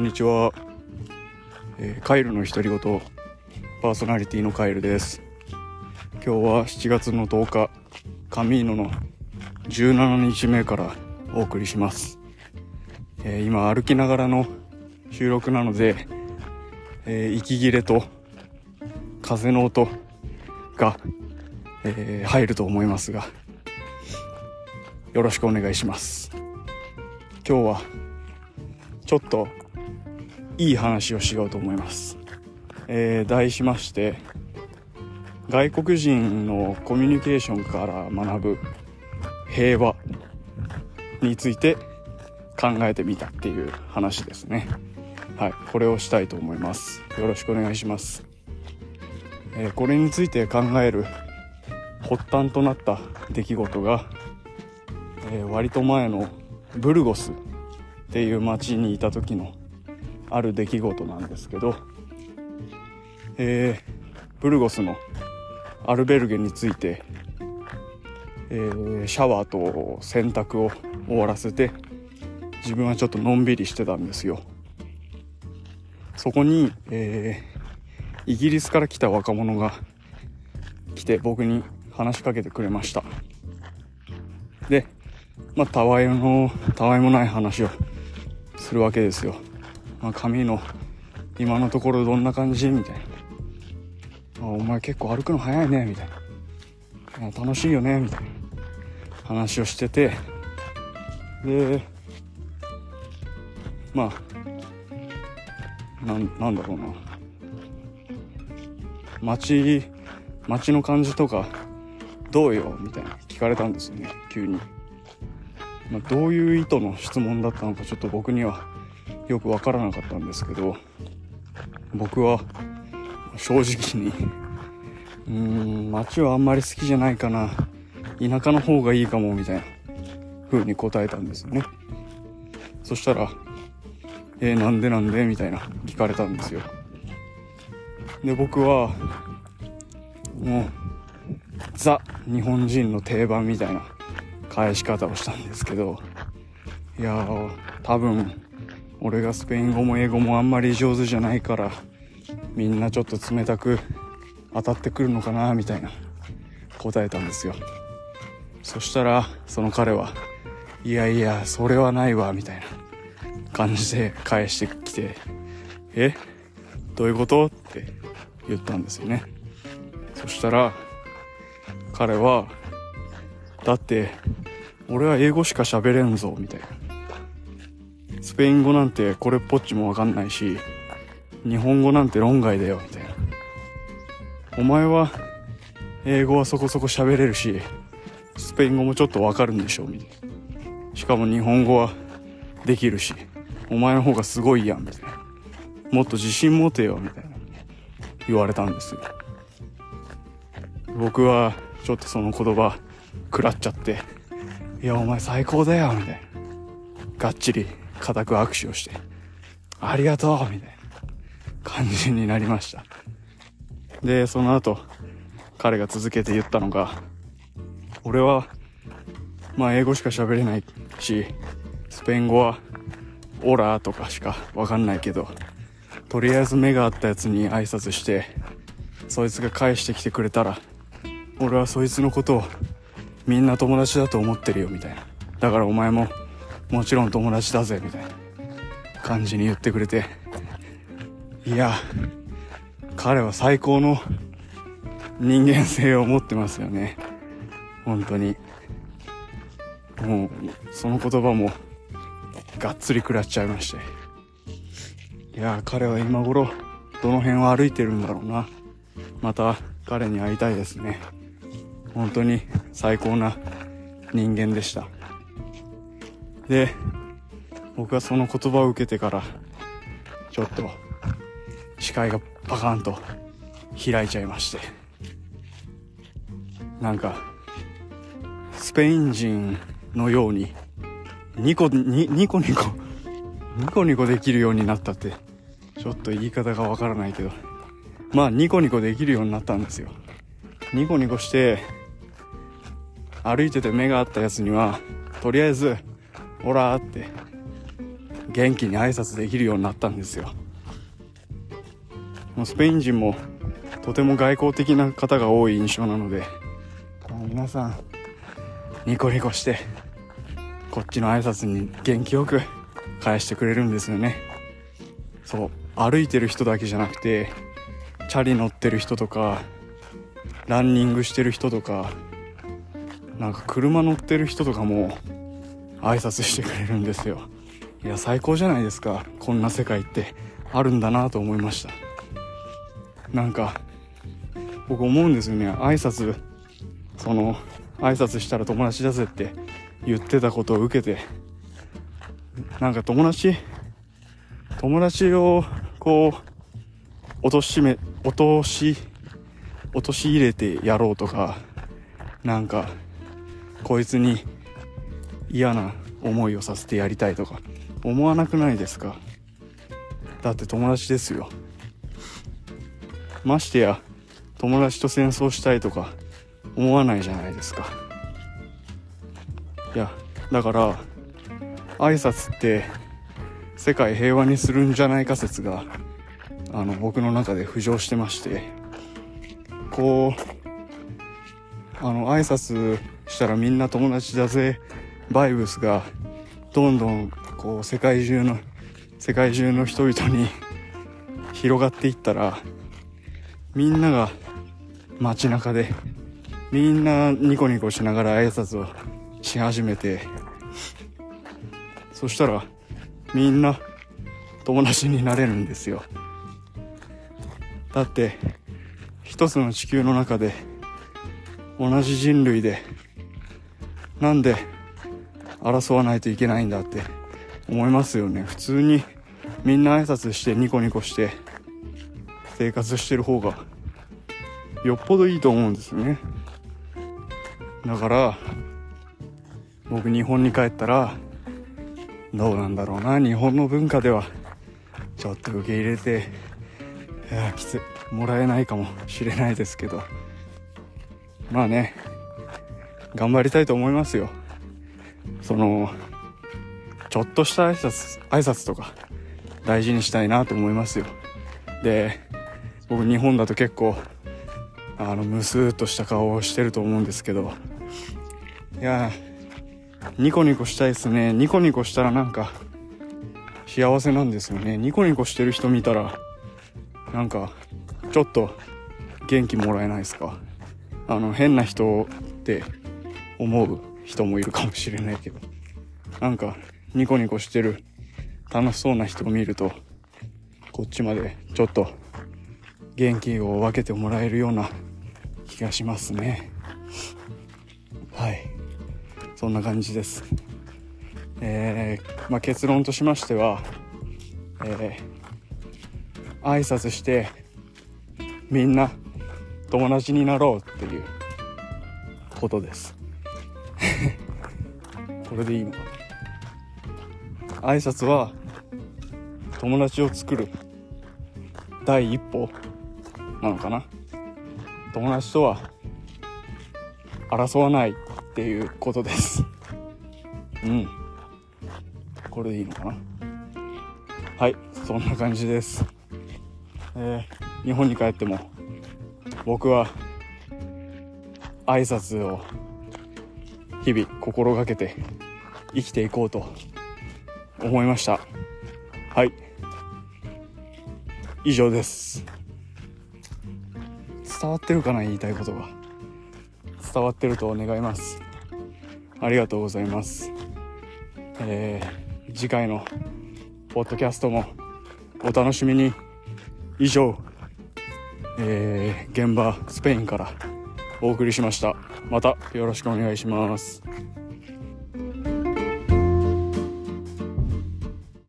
にちは、カイルの独り言パーソナリティのカイルです。今日は7月の10日カミーノの17日目からお送りします。今歩きながらの収録なので、息切れと風の音が、入ると思いますが、よろしくお願いします。今日はちょっといい話をしようと思います。題しまして、外国人のコミュニケーションから学ぶ平和について考えてみたっていう話ですね。はい、これをしたいと思います。よろしくお願いします。これについて考える発端となった出来事が、割と前のブルゴスっていう町にいた時のある出来事なんですけど、ブルゴスのアルベルゲについて、シャワーと洗濯を終わらせて自分はちょっとのんびりしてたんですよ。そこに、イギリスから来た若者が来て僕に話しかけてくれました。で、たわいもない話をするわけですよ。髪の今のところどんな感じみたいな。お前結構歩くの早いねみたいな。楽しいよねみたいな話をしてて、で、なんだろうな。街の感じとかどうよみたいな聞かれたんですよね、急に。どういう意図の質問だったのかちょっと僕にはよくわからなかったんですけど、僕は正直に街はあんまり好きじゃないかな、田舎の方がいいかもみたいな風に答えたんですよね。そしたらなんでみたいな聞かれたんですよ。で、僕はもうザ日本人の定番みたいな返し方をしたんですけど、いやー、多分俺がスペイン語も英語もあんまり上手じゃないからみんなちょっと冷たく当たってくるのかなみたいな答えたんですよ。そしたらその彼は、いやいやそれはないわみたいな感じで返してきて、どういうことって言ったんですよね。そしたら彼は、だって俺は英語しか喋れんぞみたいな、スペイン語なんてこれっぽっちもわかんないし日本語なんて論外だよみたいな、お前は英語はそこそこ喋れるしスペイン語もちょっとわかるんでしょみたいな、しかも日本語はできるしお前の方がすごいやんみたいな、もっと自信持てよみたいな言われたんですよ。僕はちょっとその言葉食らっちゃって、いやお前最高だよみたいな、がっちり固く握手をしてありがとうみたいな感じになりました。で、その後彼が続けて言ったのが、俺は英語しか喋れないしスペイン語はオラとかしかわかんないけど、とりあえず目が合ったやつに挨拶してそいつが返してきてくれたら俺はそいつのことをみんな友達だと思ってるよみたいな、だからお前ももちろん友達だぜみたいな感じに言ってくれて、いや彼は最高の人間性を持ってますよね。本当にもうその言葉もがっつり食らっちゃいまして、いや彼は今頃どの辺を歩いてるんだろうな。また彼に会いたいですね。本当に最高な人間でした。で、僕はその言葉を受けてからちょっと視界がパカーンと開いちゃいまして、なんかスペイン人のようにニコニコできるようになったって、ちょっと言い方がわからないけど、ニコニコできるようになったんですよ。ニコニコして歩いてて目が合ったやつにはとりあえずオラーって元気に挨拶できるようになったんですよ。スペイン人もとても外交的な方が多い印象なので、皆さんニコニコしてこっちの挨拶に元気よく返してくれるんですよね。そう、歩いてる人だけじゃなくて、チャリ乗ってる人とかランニングしてる人とか、なんか車乗ってる人とかも挨拶してくれるんですよ。いや、最高じゃないですか。こんな世界ってあるんだなと思いました。なんか僕思うんですよね。挨拶したら友達だぜって言ってたことを受けて、なんか友達をこう落とし入れてやろうとか、なんかこいつに嫌な思いをさせてやりたいとか思わなくないですか？だって友達ですよ。ましてや友達と戦争したいとか思わないじゃないですか。いや、だから挨拶って世界平和にするんじゃないか説が僕の中で浮上してまして、こう挨拶したらみんな友達だぜバイブスがどんどんこう世界中の人々に広がっていったら、みんなが街中でみんなニコニコしながら挨拶をし始めて、そしたらみんな友達になれるんですよ。だって一つの地球の中で同じ人類でなんで争わないといけないんだって思いますよね。普通にみんな挨拶してニコニコして生活してる方がよっぽどいいと思うんですよね。だから僕日本に帰ったらどうなんだろうな、日本の文化ではちょっと受け入れてきつもらえないかもしれないですけど、まあね、頑張りたいと思いますよ。ちょっとした挨拶とか大事にしたいなと思いますよ。で、僕日本だと結構ムスーっとした顔をしてると思うんですけど、いやニコニコしたいですね。ニコニコしたらなんか幸せなんですよね。ニコニコしてる人見たらなんかちょっと元気もらえないですか？変な人って思う人もいるかもしれないけど、なんかニコニコしてる楽しそうな人を見るとこっちまでちょっと元気を分けてもらえるような気がしますね。はい、そんな感じです。結論としましては、挨拶してみんな友達になろうっていうことですこれでいいのかな。挨拶は友達を作る第一歩なのかな。友達とは争わないっていうことです。これでいいのかな。はい、そんな感じです。日本に帰っても僕は挨拶を日々心がけて生きていこうと思いました。はい、以上です。伝わってるかな、言いたいことが。伝わってると願います。ありがとうございます。次回のポッドキャストもお楽しみに。以上、現場スペインからお送りしました。またよろしくお願いします。